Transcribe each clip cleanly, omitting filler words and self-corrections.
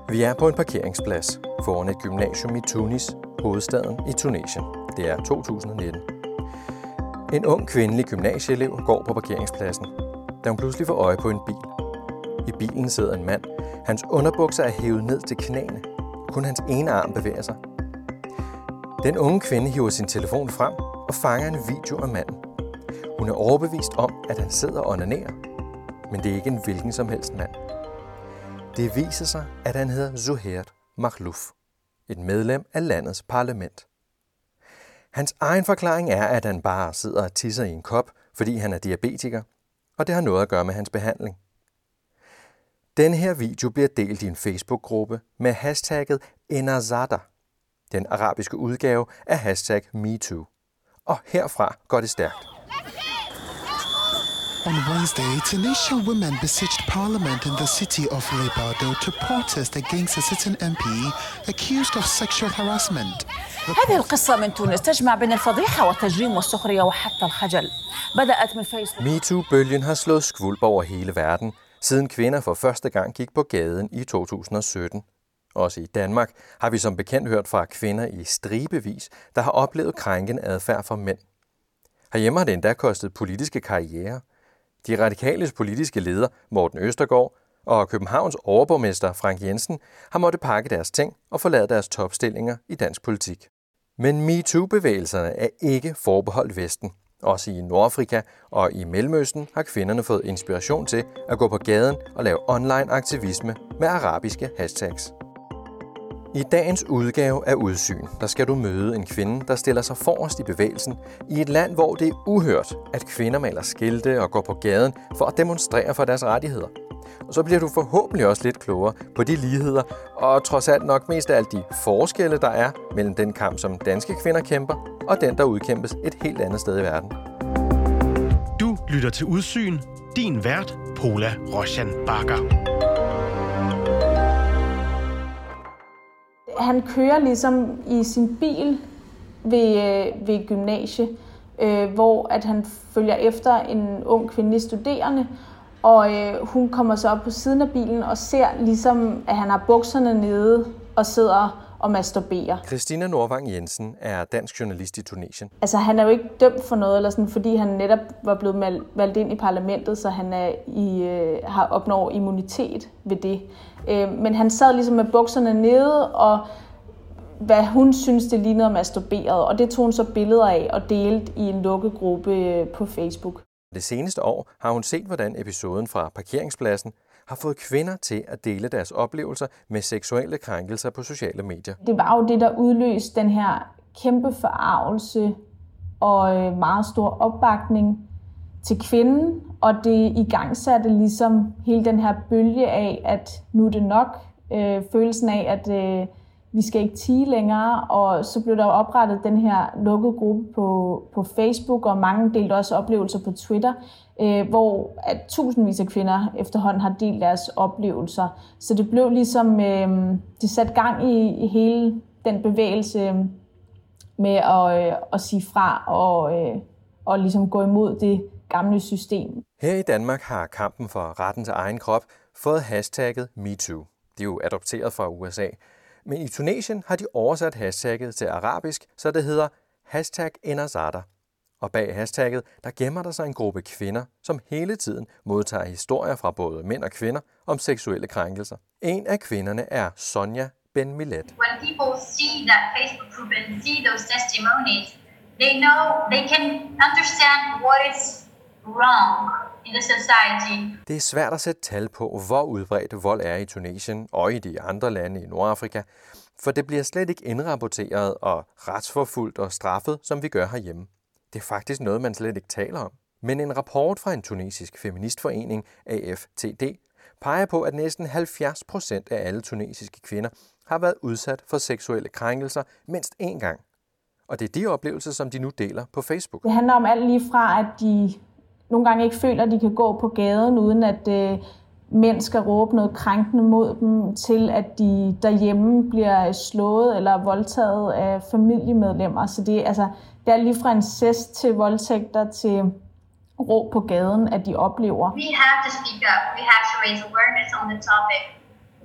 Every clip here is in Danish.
Vi er på en parkeringsplads foran et gymnasium i Tunis, hovedstaden i Tunesien. Det er 2019. En ung kvindelig gymnasieelev går på parkeringspladsen, da hun pludselig får øje på en bil. I bilen sidder en mand. Hans underbukser er hævet ned til knæene. Kun hans ene arm bevæger sig. Den unge kvinde hiver sin telefon frem og fanger en video af manden. Hun er overbevist om, at han sidder og onanerer. Men det er ikke en hvilken som helst mand. Det viser sig, at han hedder Zouheir Makhlouf, et medlem af landets parlament. Hans egen forklaring er, at han bare sidder og tisser i en kop, fordi han er diabetiker, og det har noget at gøre med hans behandling. Denne her video bliver delt i en Facebook-gruppe med hashtagget Enazada, den arabiske udgave af hashtag MeToo. Og herfra går det stærkt. On Wednesday, Tunisian women besieged parliament in the city of Lebardo to protest against a sitting MP accused of sexual harassment. هذه القصة من تونس تجمع بين الفضيحة والتجريم والسخرية وحتى الخجل. بدأت من فيسبوك. MeToo-bølgen har slået skvulp over hele verden, siden kvinder for første gang gik på gaden i 2017. Også i Danmark har vi som bekendt hørt fra kvinder i stribevis, der har oplevet krænkende adfærd fra mænd. Herhjemme har det endda kostet politiske karrierer. De radikales politiske leder, Morten Østergaard, og Københavns overborgmester Frank Jensen har måttet pakke deres ting og forlade deres topstillinger i dansk politik. Men MeToo-bevægelserne er ikke forbeholdt Vesten. Også i Nordafrika og i Mellemøsten har kvinderne fået inspiration til at gå på gaden og lave online aktivisme med arabiske hashtags. I dagens udgave af Udsyn, der skal du møde en kvinde, der stiller sig forrest i bevægelsen i et land, hvor det er uhørt, at kvinder maler skilte og går på gaden for at demonstrere for deres rettigheder. Og så bliver du forhåbentlig også lidt klogere på de ligheder, og trods alt nok mest af alt de forskelle, der er mellem den kamp, som danske kvinder kæmper, og den, der udkæmpes et helt andet sted i verden. Du lytter til Udsyn. Din vært, Pola Roshan Bakker. Han kører ligesom i sin bil ved gymnasie, hvor at han følger efter en ung kvindelig studerende, og hun kommer så op på siden af bilen og ser ligesom, at han har bukserne nede og sidder og masturberer. Christina Norvang Jensen er dansk journalist i Tunesien. Altså han er jo ikke dømt for noget, eller sådan, fordi han netop var blevet valgt ind i parlamentet, så han har opnået immunitet ved det. Men han sad ligesom med bukserne nede, og hvad hun synes, det lignede masturberet, og det tog hun så billeder af og delte i en lukket gruppe på Facebook. Det seneste år har hun set, hvordan episoden fra parkeringspladsen har fået kvinder til at dele deres oplevelser med seksuelle krænkelser på sociale medier. Det var jo det, der udløste den her kæmpe forargelse og meget stor opbakning til kvinden, og det igangsatte ligesom hele den her bølge af, at nu er det nok, følelsen af, at vi skal ikke tie længere, og så blev der oprettet den her lukkede gruppe på Facebook, og mange delte også oplevelser på Twitter, hvor at tusindvis af kvinder efterhånden har delt deres oplevelser. Så det blev ligesom, det satte gang i hele den bevægelse med at sige fra og ligesom gå imod det gamle system. Her i Danmark har kampen for retten til egen krop fået hashtagget MeToo. De er jo adopteret fra USA. Men i Tunesien har de oversat hashtagget til arabisk, så det hedder hashtag Enazada. Og bag hashtagget, der gemmer der sig en gruppe kvinder, som hele tiden modtager historier fra både mænd og kvinder om seksuelle krænkelser. En af kvinderne er Sonja Ben Millet. When people see that Facebook group and see those testimonies, they know, they can understand what is wrong in the society. Det er svært at sætte tal på, hvor udbredt vold er i Tunesien og i de andre lande i Nordafrika, for det bliver slet ikke indrapporteret og retsforfulgt og straffet, som vi gør herhjemme. Det er faktisk noget, man slet ikke taler om. Men en rapport fra en tunesisk feministforening, AFTD, peger på, at næsten 70% af alle tunesiske kvinder har været udsat for seksuelle krænkelser mindst én gang. Og det er de oplevelser, som de nu deler på Facebook. Det handler om alt lige fra, at de nogle gange ikke føler, at de kan gå på gaden, uden at mænd skal råbe noget krænkende mod dem, til at de derhjemme bliver slået eller voldtaget af familiemedlemmer. Så det er lige fra incest til voldtægter til råb på gaden, at de oplever. We have to speak up. We have to raise awareness on the topic.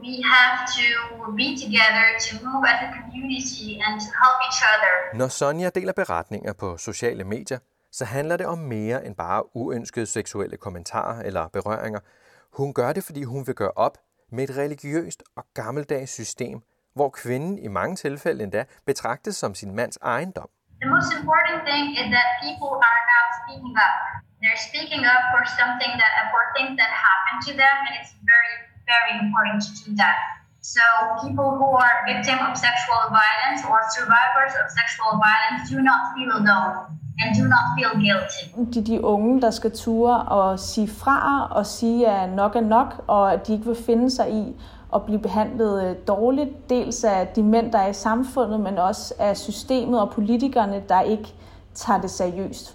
We have to be together to move as a community and to help each other. Når Sonja deler beretninger på sociale medier, så handler det om mere end bare uønskede seksuelle kommentarer eller berøringer. Hun gør det, fordi hun vil gøre op med et religiøst og gammeldags system, hvor kvinden i mange tilfælde endda betragtes som sin mands ejendom. The most important thing is that people are now speaking up. They're speaking up for something for things that happen to them, and it's very, very important to do that. So people who are victims of sexual violence or survivors of sexual violence do not feel alone and do not feel guilty. De unge, der skal ture og sige fra og sige, at nok er nok, og at de ikke vil finde sig i at blive behandlet dårligt. Dels af de mænd, der er i samfundet, men også af systemet og politikerne, der ikke tager det seriøst.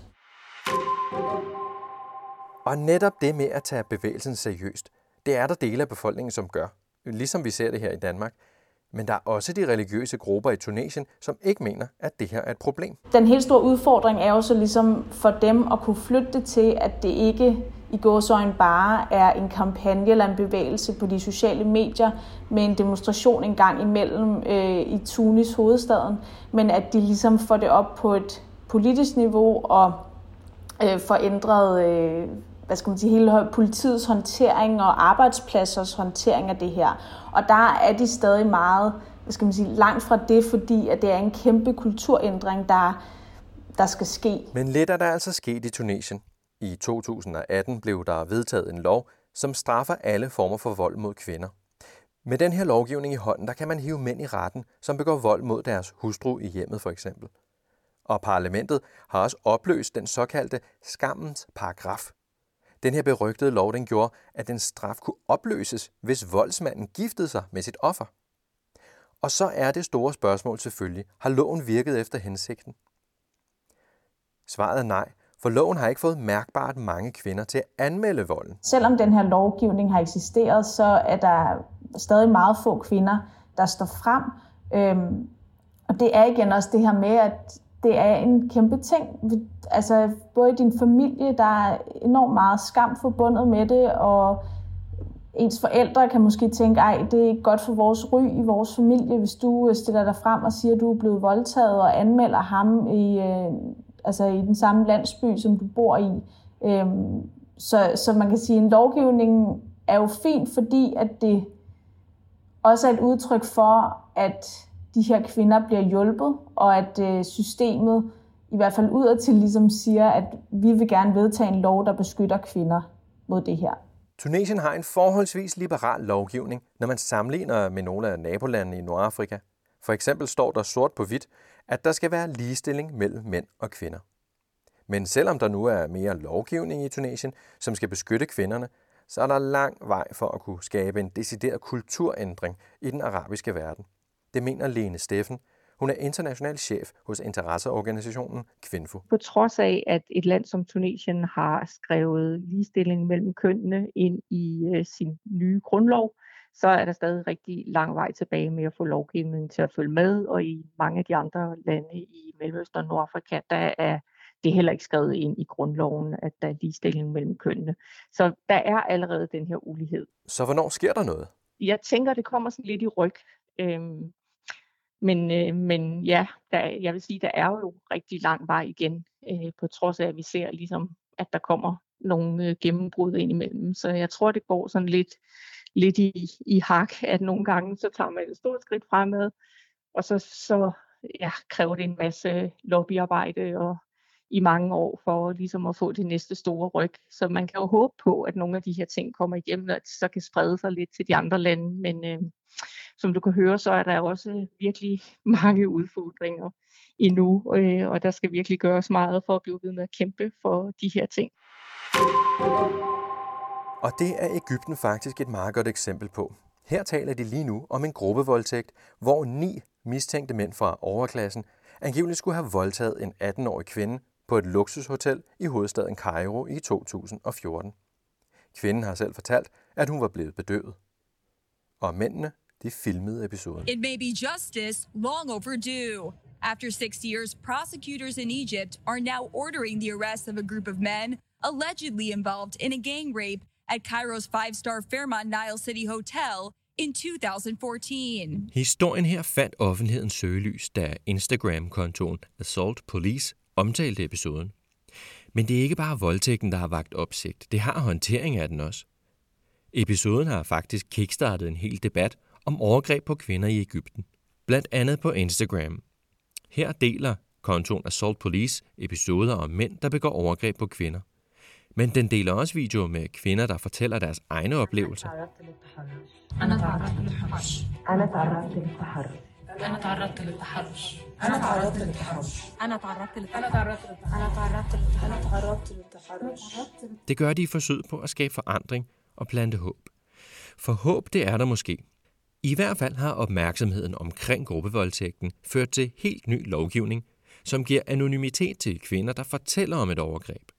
Og netop det med at tage bevægelsen seriøst, det er der dele af befolkningen, som gør. Ligesom vi ser det her i Danmark. Men der er også de religiøse grupper i Tunesien, som ikke mener, at det her er et problem. Den helt store udfordring er jo så ligesom for dem at kunne flytte det til, at det ikke i gåseøjne bare er en kampagne eller en bevægelse på de sociale medier med en demonstration en gang imellem i Tunis, hovedstaden, men at de ligesom får det op på et politisk niveau og får ændret hele politiets håndtering og arbejdspladsers håndtering af det her. Og der er de stadig meget langt fra det, fordi at det er en kæmpe kulturændring, der skal ske. Men lidt er der altså sket i Tunesien. I 2018 blev der vedtaget en lov, som straffer alle former for vold mod kvinder. Med den her lovgivning i hånden, der kan man hive mænd i retten, som begår vold mod deres hustru i hjemmet for eksempel. Og parlamentet har også opløst den såkaldte skammens paragraf. Den her berygtede lov, den gjorde, at den straf kunne opløses, hvis voldsmanden giftede sig med sit offer. Og så er det store spørgsmål selvfølgelig, har loven virket efter hensigten? Svaret er nej, for loven har ikke fået mærkbart mange kvinder til at anmelde volden. Selvom den her lovgivning har eksisteret, så er der stadig meget få kvinder, der står frem. Og det er igen også det her med, at det er en kæmpe ting. Altså både i din familie, der er enormt meget skam forbundet med det, og ens forældre kan måske tænke, ej, det er ikke godt for vores ry i vores familie, hvis du stiller dig frem og siger, at du er blevet voldtaget og anmelder ham i den samme landsby, som du bor i. Så man kan sige, at en lovgivning er jo fint, fordi at det også er et udtryk for, at de her kvinder bliver hjulpet, og at systemet i hvert fald udadtil ligesom siger, at vi vil gerne vedtage en lov, der beskytter kvinder mod det her. Tunesien har en forholdsvis liberal lovgivning, når man sammenligner med nogle af nabolandene i Nordafrika. For eksempel står der sort på hvidt, at der skal være ligestilling mellem mænd og kvinder. Men selvom der nu er mere lovgivning i Tunesien, som skal beskytte kvinderne, så er der lang vej for at kunne skabe en decideret kulturændring i den arabiske verden. Det mener Lene Steffen. Hun er international chef hos interesseorganisationen Kvinfo. På trods af, at et land som Tunesien har skrevet ligestilling mellem kønnene ind i sin nye grundlov, så er der stadig rigtig lang vej tilbage med at få lovgivningen til at følge med. Og i mange af de andre lande i Mellemøsten og Nordafrika, der er det heller ikke skrevet ind i grundloven, at der er ligestilling mellem kønnene. Så der er allerede den her ulighed. Så hvornår sker der noget? Jeg tænker, det kommer sådan lidt i ryg. Men ja, jeg vil sige, der er jo rigtig lang vej igen, på trods af, at vi ser ligesom, at der kommer nogle gennembrud ind imellem. Så jeg tror, det går sådan lidt i hak, at nogle gange, så tager man et stort skridt fremad, og så kræver det en masse lobbyarbejde og i mange år for ligesom at få det næste store ryg. Så man kan jo håbe på, at nogle af de her ting kommer igennem, og at det så kan sprede sig lidt til de andre lande. Men som du kan høre, så er der også virkelig mange udfordringer endnu, og der skal virkelig gøres meget for at blive ved med at kæmpe for de her ting. Og det er Egypten faktisk et meget godt eksempel på. Her taler de lige nu om en gruppevoldtægt, hvor 9 mistænkte mænd fra overklassen angiveligt skulle have voldtaget en 18-årig kvinde på et luksushotel i hovedstaden Kairo i 2014. Kvinden har selv fortalt, at hun var blevet bedøvet. Og mændene, de filmede episoden. It may be justice long overdue. After 6 years, prosecutors in Egypt are now ordering the arrest of a group of men allegedly involved in a gang rape at Cairo's 5-star Fairmont Nile City Hotel in 2014. Historien her fandt offentlighedens søgelys, da Instagram-kontoen Assault Police omtalte episoden. Men det er ikke bare voldtægten, der har vakt opsigt. Det har håndtering af den også. Episoden har faktisk kickstartet en hel debat om overgreb på kvinder i Egypten. Blandt andet på Instagram. Her deler kontoen Assault Police episoder om mænd, der begår overgreb på kvinder. Men den deler også videoer med kvinder, der fortæller deres egne oplevelser. Det gør de i forsøg på at skabe forandring og plante håb. For håb, det er der måske. I hvert fald har opmærksomheden omkring gruppevoldtægten ført til helt ny lovgivning, som giver anonymitet til kvinder, der fortæller om et overgreb.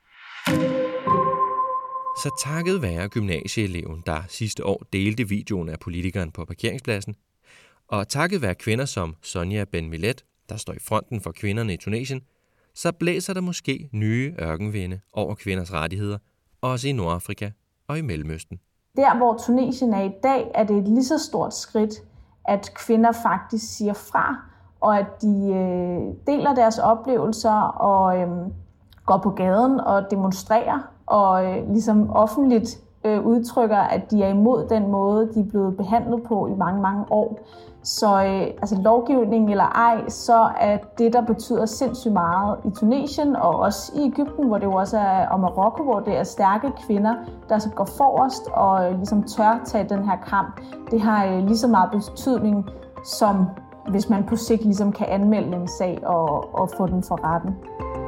Så takket være gymnasieeleven, der sidste år delte videoen af politikeren på parkeringspladsen, og takket være kvinder som Sonia Ben Millet, der står i fronten for kvinderne i Tunesien, så blæser der måske nye ørkenvinde over kvinders rettigheder, også i Nordafrika og i Mellemøsten. Der, hvor Tunesien er i dag, er det et lige så stort skridt, at kvinder faktisk siger fra, og at de deler deres oplevelser og går på gaden og demonstrerer, og ligesom offentligt udtrykker, at de er imod den måde, de er blevet behandlet på i mange, mange år. Så altså lovgivning eller ej, så er det, der betyder sindssygt meget i Tunesien, og også i Egypten, hvor det jo også er, og Marokko, hvor det er stærke kvinder, der så går forrest og ligesom tør tage den her kamp. Det har lige så meget betydning, som hvis man på sigt ligesom kan anmelde en sag og få den for retten.